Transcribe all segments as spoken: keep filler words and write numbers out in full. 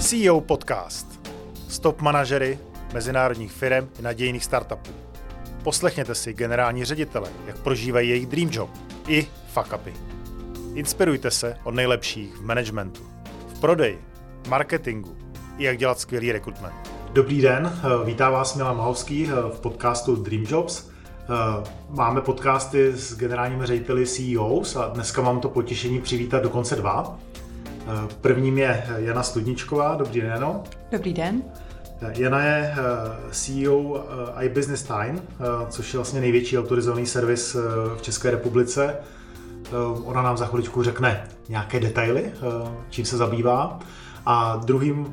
C E O Podcast. Stop manažery mezinárodních firem i nadějných startupů. Poslechněte si generální ředitele, jak prožívají jejich dream job i fuck upy. Inspirujte se od nejlepších v managementu, v prodeji, marketingu i jak dělat skvělý rekrutment. Dobrý den, vítá vás Milan Mahovský v podcastu Dream Jobs. Máme podcasty s generálními řediteli C E Os a dneska mám to potěšení přivítat dokonce dva. Prvním je Jana Studničková. Dobrý den, Jano. Dobrý den. Jana je C E O iBusiness Time, což je vlastně největší autorizovaný servis v České republice. Ona nám za chviličku řekne nějaké detaily, čím se zabývá. A druhým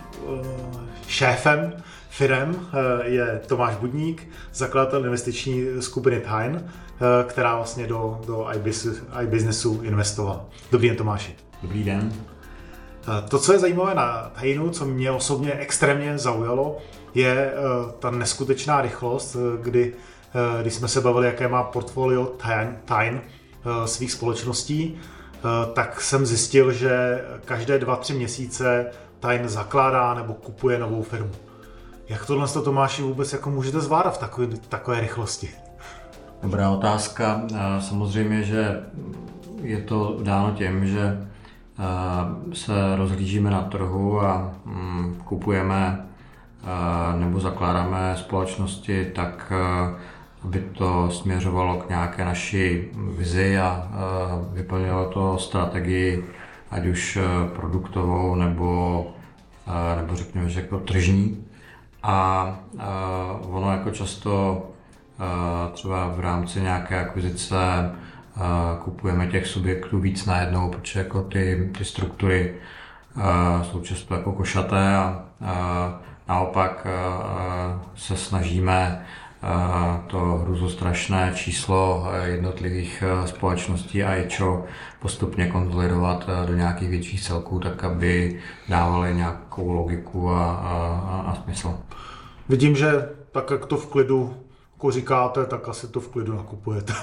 šéfem firem je Tomáš Budník, zakladatel investiční skupiny Tyne, která vlastně do, do iBusinessu investovala. Dobrý den, Tomáši. Dobrý den. To, co je zajímavé na Tynu, co mě osobně extrémně zaujalo, je ta neskutečná rychlost, kdy když jsme se bavili, jaké má portfolio Tyne svých společností, tak jsem zjistil, že každé dva, tři měsíce Tyne zakládá nebo kupuje novou firmu. Jak tohle, Tomáši, vůbec jako můžete zvládat v takové, takové rychlosti? Dobrá otázka. Samozřejmě, že je to dáno tím, že se rozhlížíme na trhu a kupujeme nebo zakládáme společnosti tak, aby to směřovalo k nějaké naší vizi a vyplnilo to strategii, ať už produktovou nebo, nebo řekněme, že jako tržní. A ono jako často třeba v rámci nějaké akvizice kupujeme těch subjektů víc najednou, protože jako ty, ty struktury jsou často jako košaté a naopak se snažíme to hruzostrašné číslo jednotlivých společností a čo postupně konsolidovat do nějakých větších celků, tak aby dávaly nějakou logiku a, a, a smysl. Vidím, že tak, jak to v klidu jako říkáte, tak asi to v klidu nakupujete.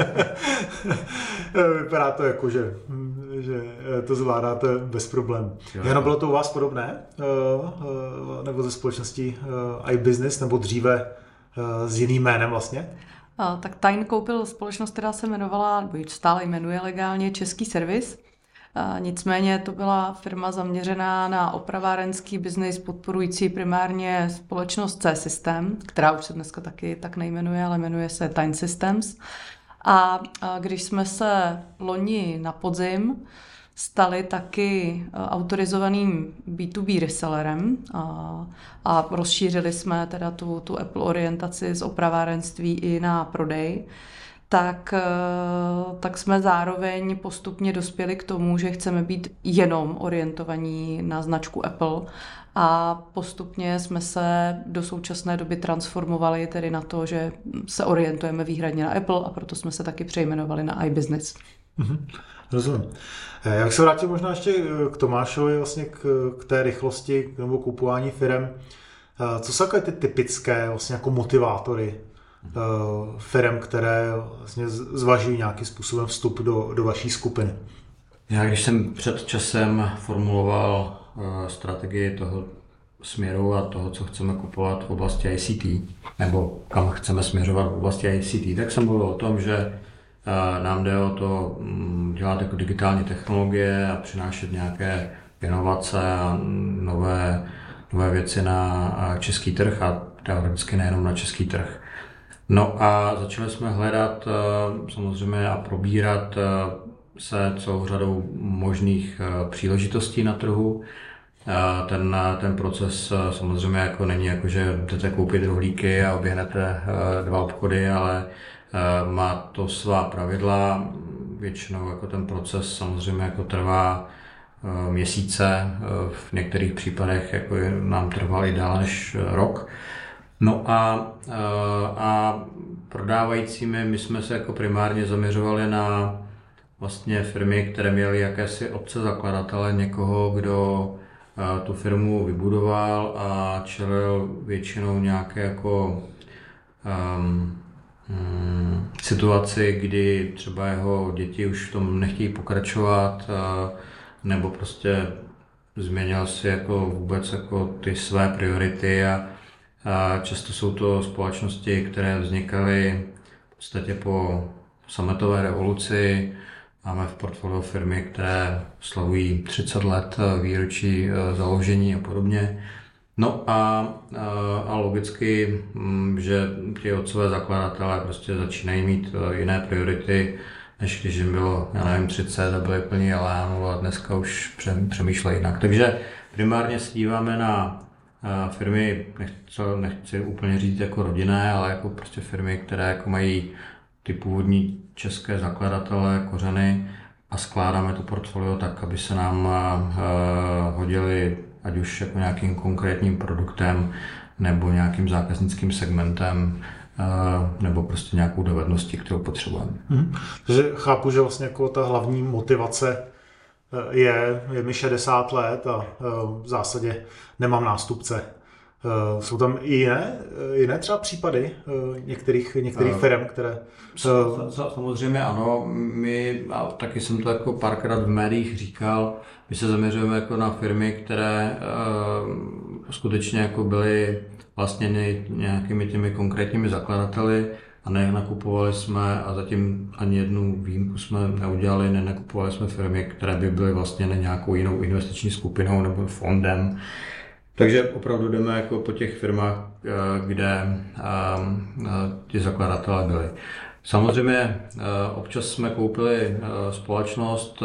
Vypadá to jako, že, že to zvládáte bez problémů. Jano, bylo to u vás podobné? Nebo ze společností iBusiness, nebo dříve s jiným jménem vlastně? A, tak Tyne koupil společnost, která se jmenovala, nebo stále jmenuje legálně Český servis. A, nicméně to byla firma zaměřená na opravárenský biznis, podporující primárně společnost C-System, která už se dneska taky tak nejmenuje, ale jmenuje se Tyne Systems. A, a když jsme se loni na podzim stali taky autorizovaným B dva B resellerem a, a rozšířili jsme teda tu, tu Apple orientaci z opravárenství i na prodej, tak, tak jsme zároveň postupně dospěli k tomu, že chceme být jenom orientovaní na značku Apple a postupně jsme se do současné doby transformovali tedy na to, že se orientujeme výhradně na Apple a proto jsme se taky přejmenovali na iBusiness. Mm-hmm. Rozumím. Já bych se vrátil možná ještě k Tomášovi, vlastně k, k té rychlosti nebo kupování firem. Co jsou takové ty typické vlastně jako motivátory firem, které vlastně zvažují nějakým způsobem vstup do, do vaší skupiny? Já když jsem před časem formuloval strategii toho směru a toho, co chceme kupovat v oblasti I C T, nebo kam chceme směřovat v oblasti I C T, tak jsem mluvil o tom, že nám jde o to dělat jako digitální technologie a přinášet nějaké inovace a nové, nové věci na český trh a teoreticky nejenom na český trh. No a začali jsme hledat samozřejmě a probírat se celou řadou možných příležitostí na trhu. Ten, ten proces samozřejmě jako není jako, že jdete koupit rohlíky a oběhnete dva obchody, ale má to svá pravidla. Většinou jako ten proces samozřejmě jako trvá měsíce, v některých případech jako nám trval i déle než rok. No a, a prodávajícími my jsme se jako primárně zaměřovali na vlastně firmy, které měly jakési otce zakladatele, někoho, kdo tu firmu vybudoval a čelil většinou nějaké jako um, um, situaci, kdy třeba jeho děti už v tom nechtějí pokračovat, uh, nebo prostě změnil si jako vůbec jako ty své priority a, a často jsou to společnosti, které vznikaly v podstatě po sametové revoluci. Máme v portfoliu firmy, které slavují třicet let výročí založení a podobně. No a, a logicky, že ti otcové zakladatelé prostě začínají mít jiné priority, než když jim bylo, já nevím, třicet a byli plní elánu a dneska už přemýšlejí jinak. Takže primárně se díváme na firmy, nechci, nechci úplně říct jako rodinné, ale jako prostě firmy, které jako mají ty původní české zakladatele, kořeny a skládáme to portfolio tak, aby se nám hodili ať už jako nějakým konkrétním produktem nebo nějakým zákaznickým segmentem nebo prostě nějakou dovedností, kterou potřebujeme. Hmm. Takže chápu, že vlastně jako ta hlavní motivace je, je mi šedesát let a v zásadě nemám nástupce. Jsou tam i jiné, jiné třeba případy některých, některých firm, které... Samozřejmě ano, my, a taky jsem to jako párkrát v médiích říkal, my se zaměřujeme jako na firmy, které uh, skutečně jako byly vlastněny nějakými těmi konkrétními zakladateli a nenakupovali jsme, a zatím ani jednu výjimku jsme neudělali, nenakupovali jsme firmy, které by byly vlastněny nějakou jinou investiční skupinou nebo fondem. Takže opravdu jdeme jako po těch firmách, kde ti zakladatelé byli. Samozřejmě občas jsme koupili společnost,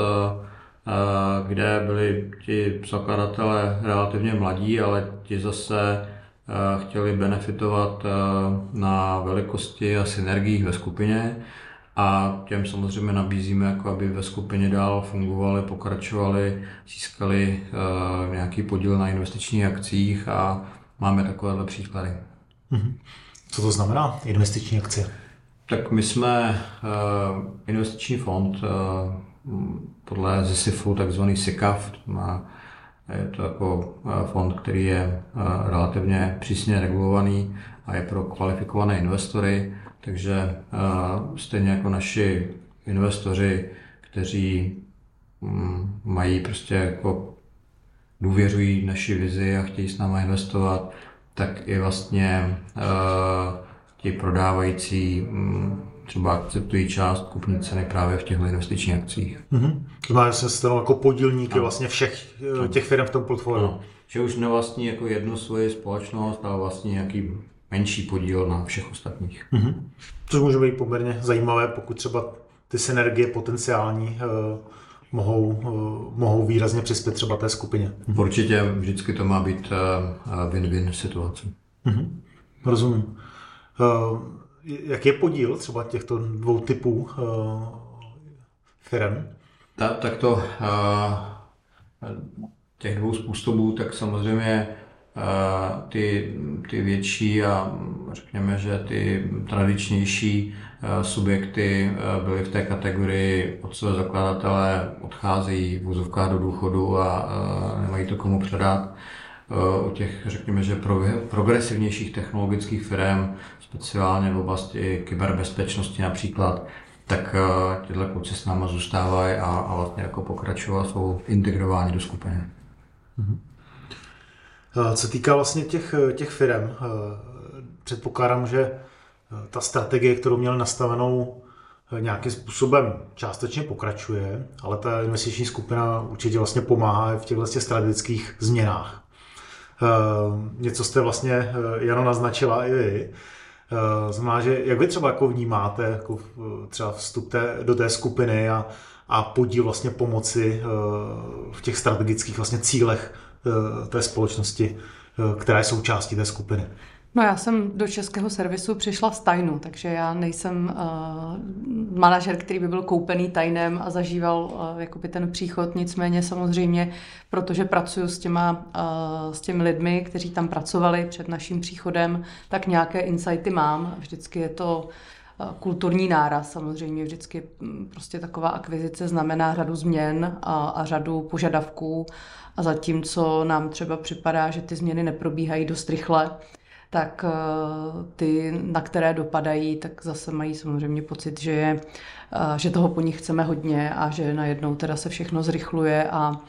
kde byli ti zakladatelé relativně mladí, ale ti zase chtěli benefitovat na velikosti a synergiích ve skupině. A těm samozřejmě nabízíme, jako aby ve skupině dál fungovali, pokračovali, získali uh, nějaký podíl na investičních akcích a máme takovéhle příklady. Mm-hmm. Co to znamená investiční akcie? Tak my jsme uh, investiční fond, uh, podle Z E S I F u takzvaný S I C A F, má, je to jako uh, fond, který je uh, relativně přísně regulovaný a je pro kvalifikované investory. Takže uh, stejně jako naši investoři, kteří um, mají prostě jako důvěřují naši vizi a chtějí s námi investovat, tak i vlastně uh, ti prodávající um, třeba akceptují část kupní ceny právě v těchto investičních akcích. Mm-hmm. To znamená, že se stanou jako podílníky no. vlastně všech no. těch firm v tom portfoliu. No. Že už nevlastní jako jednu svoji společnost, ale vlastně nějaký menší podíl na všech ostatních. Mm-hmm. Což může být poměrně zajímavé, pokud třeba ty synergie potenciální uh, mohou, uh, mohou výrazně přispět třeba té skupině. Určitě vždycky to má být uh, win-win situace. Mm-hmm. Rozumím. Uh, jak je podíl třeba těchto dvou typů uh, firem? Ta, tak to uh, těch dvou způsobů, tak samozřejmě Uh, ty, ty větší a řekněme, že ty tradičnější uh, subjekty uh, byly v té kategorii otcové zakladatelé, odcházejí v vozovkách do důchodu a uh, nemají to komu předat. Uh, u těch, řekněme, že pro, progresivnějších technologických firm, speciálně v oblasti kyberbezpečnosti například, tak uh, tyhle kluci s náma zůstávají a, a vlastně jako pokračují, jsou integrováni do skupiny. Mm-hmm. Co týká vlastně těch, těch firm, předpokládám, že ta strategie, kterou měl nastavenou, nějakým způsobem částečně pokračuje, ale ta investiční skupina určitě vlastně pomáhá v těchto strategických změnách. Něco jste vlastně, Jano, naznačila i vy. Znamená, že jak vy třeba jako vnímáte jako třeba vstup té, do té skupiny a, a podíl vlastně pomoci v těch strategických vlastně cílech té společnosti, která je součástí té skupiny? No já jsem do českého servisu přišla z tajnu, takže já nejsem uh, manažer, který by byl koupený tajnem a zažíval uh, jakoby ten příchod, nicméně samozřejmě, protože pracuji s těma, uh, s těmi lidmi, kteří tam pracovali před naším příchodem, tak nějaké insighty mám. Vždycky je to uh, kulturní náraz, samozřejmě vždycky prostě taková akvizice znamená řadu změn a, a řadu požadavků a zatímco nám třeba připadá, že ty změny neprobíhají dost rychle, tak ty, na které dopadají, tak zase mají samozřejmě pocit, že, je, že toho po nich chceme hodně a že najednou teda se všechno zrychluje a,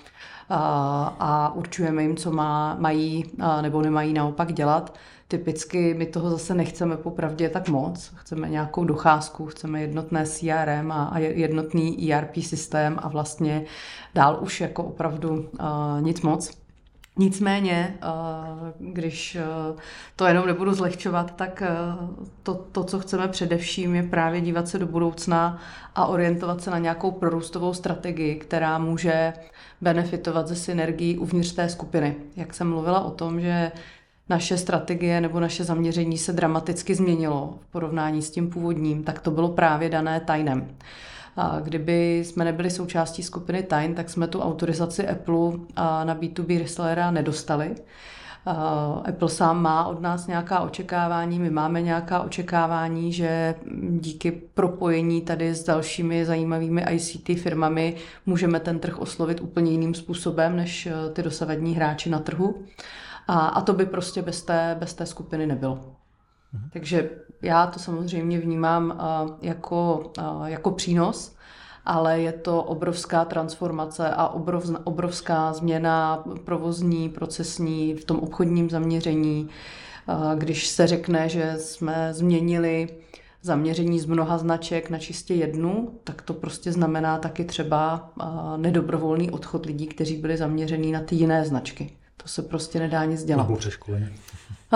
a, a určujeme jim, co má, mají a, nebo nemají naopak dělat. Typicky my toho zase nechceme popravdě tak moc. Chceme nějakou docházku, chceme jednotné C R M a, a jednotný E R P systém a vlastně dál už jako opravdu a, nic moc. Nicméně, když to jenom nebudu zlehčovat, tak to, to, co chceme především, je právě dívat se do budoucna a orientovat se na nějakou prorůstovou strategii, která může benefitovat ze synergií uvnitř té skupiny. Jak jsem mluvila o tom, že naše strategie nebo naše zaměření se dramaticky změnilo v porovnání s tím původním, tak to bylo právě dané Tynem. A kdyby jsme nebyli součástí skupiny Tyne, tak jsme tu autorizaci Apple na B dva B resellera nedostali. Apple sám má od nás nějaká očekávání, my máme nějaká očekávání, že díky propojení tady s dalšími zajímavými I C T firmami můžeme ten trh oslovit úplně jiným způsobem než ty dosavadní hráči na trhu. A, a to by prostě bez té, bez té skupiny nebylo. Mhm. Takže já to samozřejmě vnímám uh, jako, uh, jako přínos, ale je to obrovská transformace a obrov, obrovská změna provozní, procesní v tom obchodním zaměření. Uh, když se řekne, že jsme změnili zaměření z mnoha značek na čistě jednu, tak to prostě znamená taky třeba uh, nedobrovolný odchod lidí, kteří byli zaměření na ty jiné značky. To se prostě nedá nic dělat. Nebo přeškolení. Uh,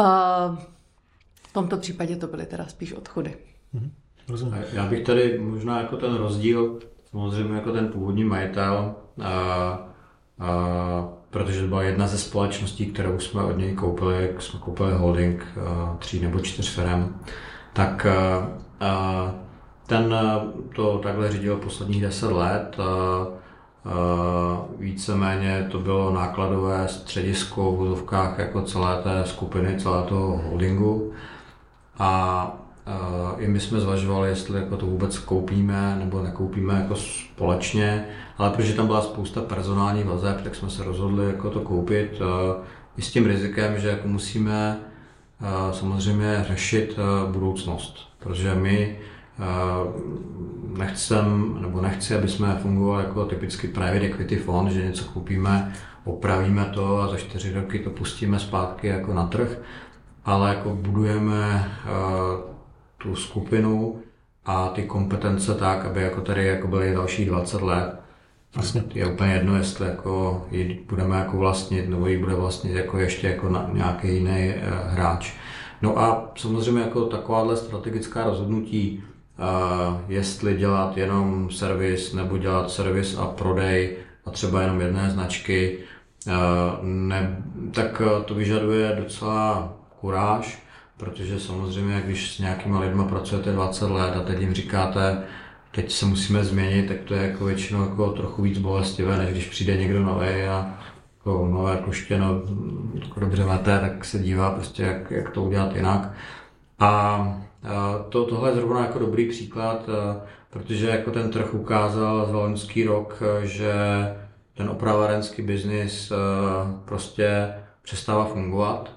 v tomto případě to byly teda spíš odchody. Mhm, rozumím. Já bych tady možná jako ten rozdíl, samozřejmě jako ten původní majitel, a, a, protože to byla jedna ze společností, kterou jsme od něj koupili, jsme koupili holding a, tří nebo čtyř firem, tak a, a, ten to takhle řídil posledních deset let. A, Uh, víceméně to bylo nákladové středisko v vozovkách jako celé té skupiny, celé toho holdingu a uh, i my jsme zvažovali, jestli jako to vůbec koupíme nebo nekoupíme jako společně, ale protože tam byla spousta personálních vazeb, tak jsme se rozhodli jako to koupit uh, i s tím rizikem, že jako musíme uh, samozřejmě řešit uh, budoucnost, protože my nechcem, nebo nechci, aby jsme fungovali jako typický private equity fond, že něco koupíme, opravíme to a za čtyři roky to pustíme zpátky jako na trh, ale jako budujeme uh, tu skupinu a ty kompetence tak, aby jako tady jako byly dalších dvacet let. Vlastně. Je úplně jedno, jestli jako ji budeme jako vlastnit, nebo ji bude vlastnit jako ještě jako na, nějaký jiný uh, hráč. No a samozřejmě jako takováhle strategická rozhodnutí, Uh, jestli dělat jenom servis nebo dělat servis a prodej a třeba jenom jedné značky, uh, ne, tak to vyžaduje docela kuráž, protože samozřejmě, když s nějakýma lidma pracujete dvacet let a teď jim říkáte, teď se musíme změnit, tak to je jako většinou jako trochu víc bolestivé, než když přijde někdo nový a jako nové koště, no, dobře máte, tak se dívá prostě, jak, jak to udělat jinak. A To, tohle je zrovna jako dobrý příklad, protože jako ten trh ukázal za loňský rok, že ten opravárenský biznis prostě přestává fungovat.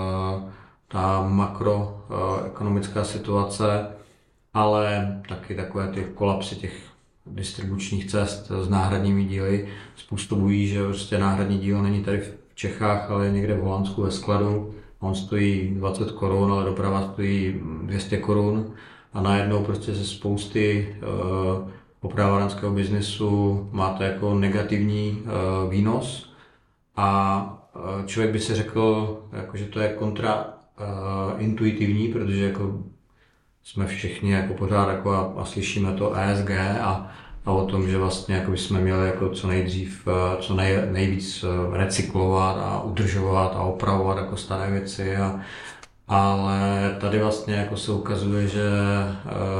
Ta makroekonomická situace, ale taky takové ty kolapsy těch distribučních cest s náhradními díly způsobují, že prostě náhradní díl není tady v Čechách, ale někde v Holandsku ve skladu. On stojí dvacet korun, ale doprava stojí dvě stě korun a najednou prostě ze spousty uh, opravárenského biznesu máte jako negativní uh, výnos a uh, člověk by si řekl, jako, že to je kontraintuitivní, uh, protože jako jsme všichni jako pořád jako a, a slyšíme to E S G a, a o tom, že vlastně jako bychom měli jako co nejdřív, co nej, nejvíc recyklovat a udržovat a opravovat jako staré věci. A, ale tady vlastně jako se ukazuje, že e,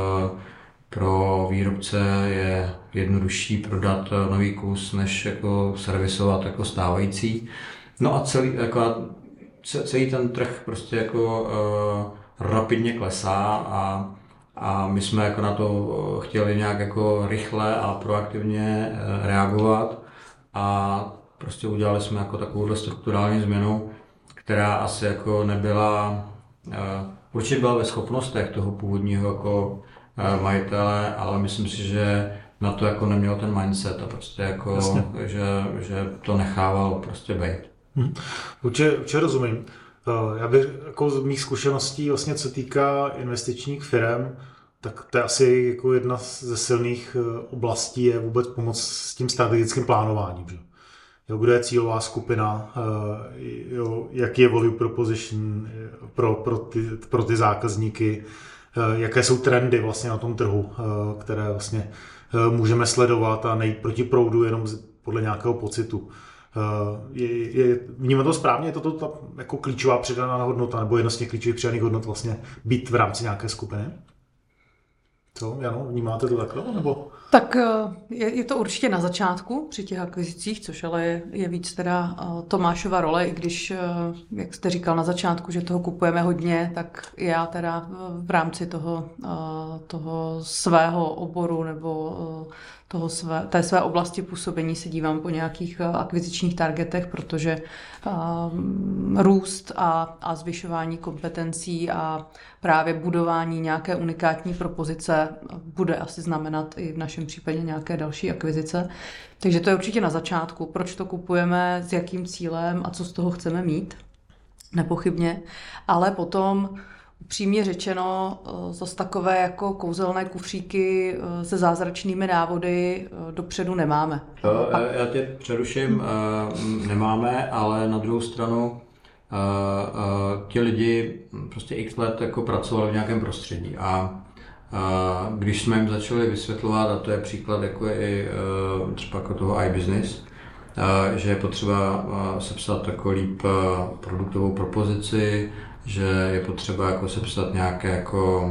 pro výrobce je jednodušší prodat nový kus, než jako servisovat jako stávající. No a celý, jako, celý ten trh prostě jako e, rapidně klesá a A my jsme jako na to chtěli nějak jako rychle a proaktivně reagovat a prostě udělali jsme jako takovouhle strukturální změnu, která asi jako nebyla, určitě byla ve schopnostech toho původního jako majitele, ale myslím si, že na to jako neměl ten mindset a prostě jako, že, že to nechával prostě bejt. Hmm. Určitě, určitě rozumím. Já bych jako z mých zkušeností, vlastně, co týká investičních firem, tak to je asi jako jedna ze silných oblastí je vůbec pomoc s tím strategickým plánováním. Že? Jo, kdo je cílová skupina, jo, jaký je value proposition pro, pro, ty, pro ty zákazníky, jaké jsou trendy vlastně na tom trhu, které vlastně můžeme sledovat a nejít proti proudu jenom podle nějakého pocitu. Je, je, vnímám to správně, je to ta jako klíčová přidaná hodnota, nebo jedna z těch klíčových přidaných hodnot vlastně být v rámci nějaké skupiny? Co, Jano, vnímáte to takhle? Nebo? Tak je, je to určitě na začátku při těch akvizicích, což ale je, je víc teda Tomášova role, i když, jak jste říkal na začátku, že toho kupujeme hodně, tak já teda v rámci toho, toho svého oboru nebo toho své, té své oblasti působení se dívám po nějakých akvizičních targetech, protože um, růst a, a zvyšování kompetencí a právě budování nějaké unikátní propozice bude asi znamenat i v našem případě nějaké další akvizice. Takže to je určitě na začátku. Proč to kupujeme, s jakým cílem a co z toho chceme mít? Nepochybně. Ale potom upřímně řečeno, zase takové jako kouzelné kufříky se zázračnými návody dopředu nemáme. To, já tě přeruším, nemáme, ale na druhou stranu ti lidi prostě x let jako pracovali v nějakém prostředí a když jsme jim začali vysvětlovat, a to je příklad jako i třeba jako toho iBusiness, že je potřeba sepsat jako líp produktovou propozici, že je potřeba jako sepsat nějaké jako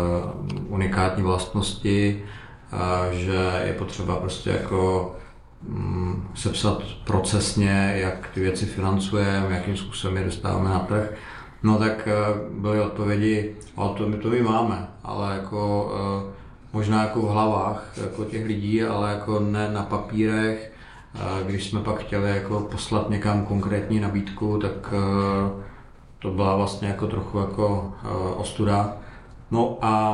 uh, unikátní vlastnosti, uh, že je potřeba prostě jako um, sepsat procesně, jak ty věci financujeme, jakým způsobem je dostáváme na trh. No tak uh, byly odpovědi, ale to my to my máme, ale jako uh, možná jako v hlavách jako těch lidí, ale jako ne na papírech. Uh, když jsme pak chtěli jako poslat někam konkrétní nabídku, tak uh, to byla vlastně jako trochu jako uh, ostuda. No a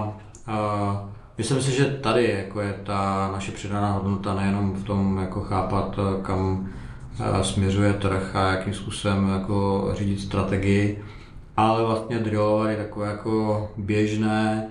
uh, myslím si, že tady jako je ta naše přidaná hodnota nejenom v tom jako chápat, kam uh, směřuje trh a jakým způsobem jako řídit strategii, ale vlastně drillovat i takové jako běžné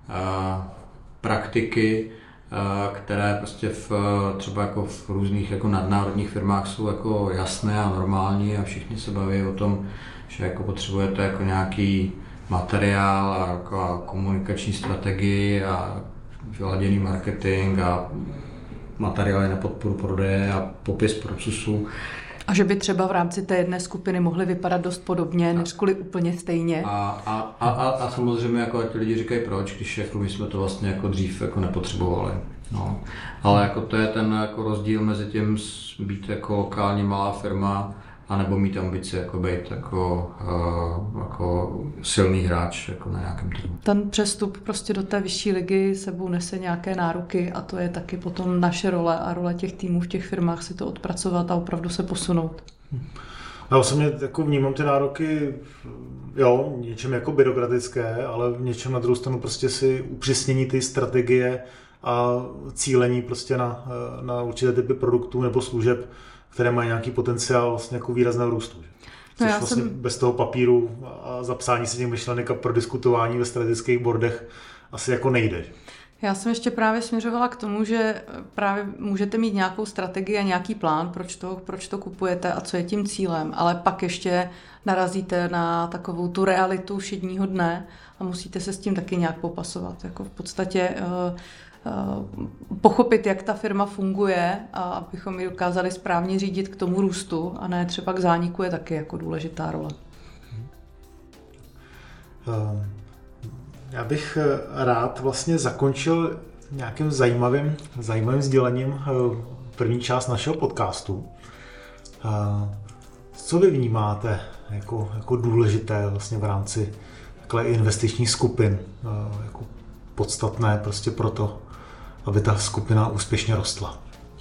uh, praktiky, uh, které prostě v, třeba jako v různých jako nadnárodních firmách jsou jako jasné a normální a všichni se baví o tom, že jako potřebujete jako nějaký materiál a jako komunikační strategii a vyladěný marketing a materiály na podporu prodeje a popis procesu. A že by třeba v rámci té jedné skupiny mohly vypadat dost podobně, než kvůli úplně stejně. A, a, a, a, a samozřejmě jako ti lidi říkají proč, když jako my jsme to vlastně jako dřív jako nepotřebovali. No. Ale jako to je ten jako rozdíl mezi tím být jako lokální malá firma a nebo mít ambici jako být jako, uh, jako silný hráč jako na nějakém trhu. Ten přestup prostě do té vyšší ligy sebou nese nějaké nároky a to je taky potom naše role a role těch týmů v těch firmách si to odpracovat a opravdu se posunout. Já osobně jako vnímám ty nároky, jo, něčem jako byrokratické, ale v něčem na druhou stranu prostě si upřesnění ty strategie a cílení prostě na, na určité typy produktů nebo služeb, které mají nějaký potenciál vlastně jako výrazného růstu. Což no vlastně jsem... bez toho papíru a zapsání si těch myšlenek a prodiskutování ve strategických bordech asi jako nejde. Já jsem ještě právě směřovala k tomu, že právě můžete mít nějakou strategii a nějaký plán, proč to, proč to kupujete a co je tím cílem, ale pak ještě narazíte na takovou tu realitu všedního dne a musíte se s tím taky nějak popasovat. Jako v podstatě uh, pochopit, jak ta firma funguje a abychom ji dokázali správně řídit k tomu růstu a ne třeba k zániku je taky jako důležitá role. Já bych rád vlastně zakončil nějakým zajímavým, zajímavým sdělením první část našeho podcastu. Co vy vnímáte jako, jako důležité vlastně v rámci takhle investičních skupin, jako podstatné prostě proto, aby ta skupina úspěšně rostla?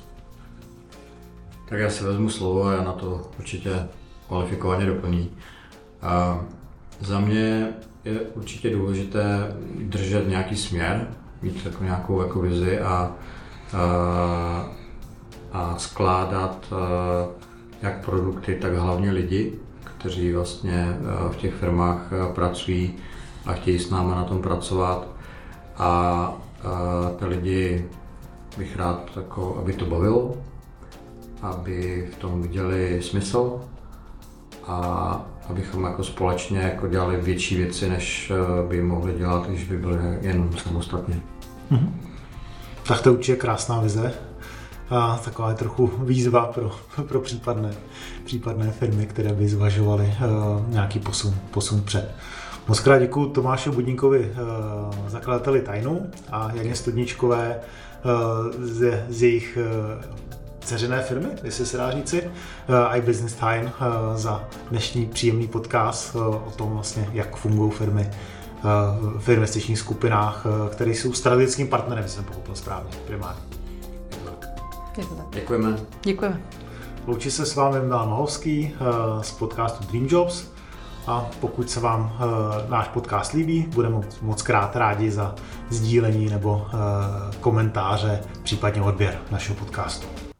Tak já si vezmu slovo a já na to určitě kvalifikovaně doplní. A za mě je určitě důležité držet nějaký směr, mít jako nějakou jako vizi a a skládat jak produkty, tak hlavně lidi, kteří vlastně v těch firmách pracují a chtějí s námi na tom pracovat. A ty lidi bych rád, jako, aby to bavilo, aby v tom viděli smysl a abychom jako společně jako dělali větší věci, než by mohli dělat, když by byli jenom samostatně. Mm-hmm. Tak to určitě krásná vize. A taková je trochu výzva pro, pro případné, případné firmy, které by zvažovaly uh, nějaký posun, posun před. Moc krát děkuji Tomáši Budníkovi, uh, zakladateli Tajnu, a Janě Studničkové uh, z, z jejich uh, dceřiné firmy, jestli se dá říci, uh, iBusiness Time, uh, za dnešní příjemný podcast uh, o tom vlastně, jak fungují firmy uh, v investičních skupinách, uh, které jsou strategickým partnerem, jestli jsem pochopil správně, primárně. Je to tak. Děkujeme. Děkujeme. Loučí se s vámi Milan Mahovský uh, z podcastu Dream Jobs, a pokud se vám uh, náš podcast líbí, budeme moc krát rádi za sdílení nebo uh, komentáře, případně odběr našeho podcastu.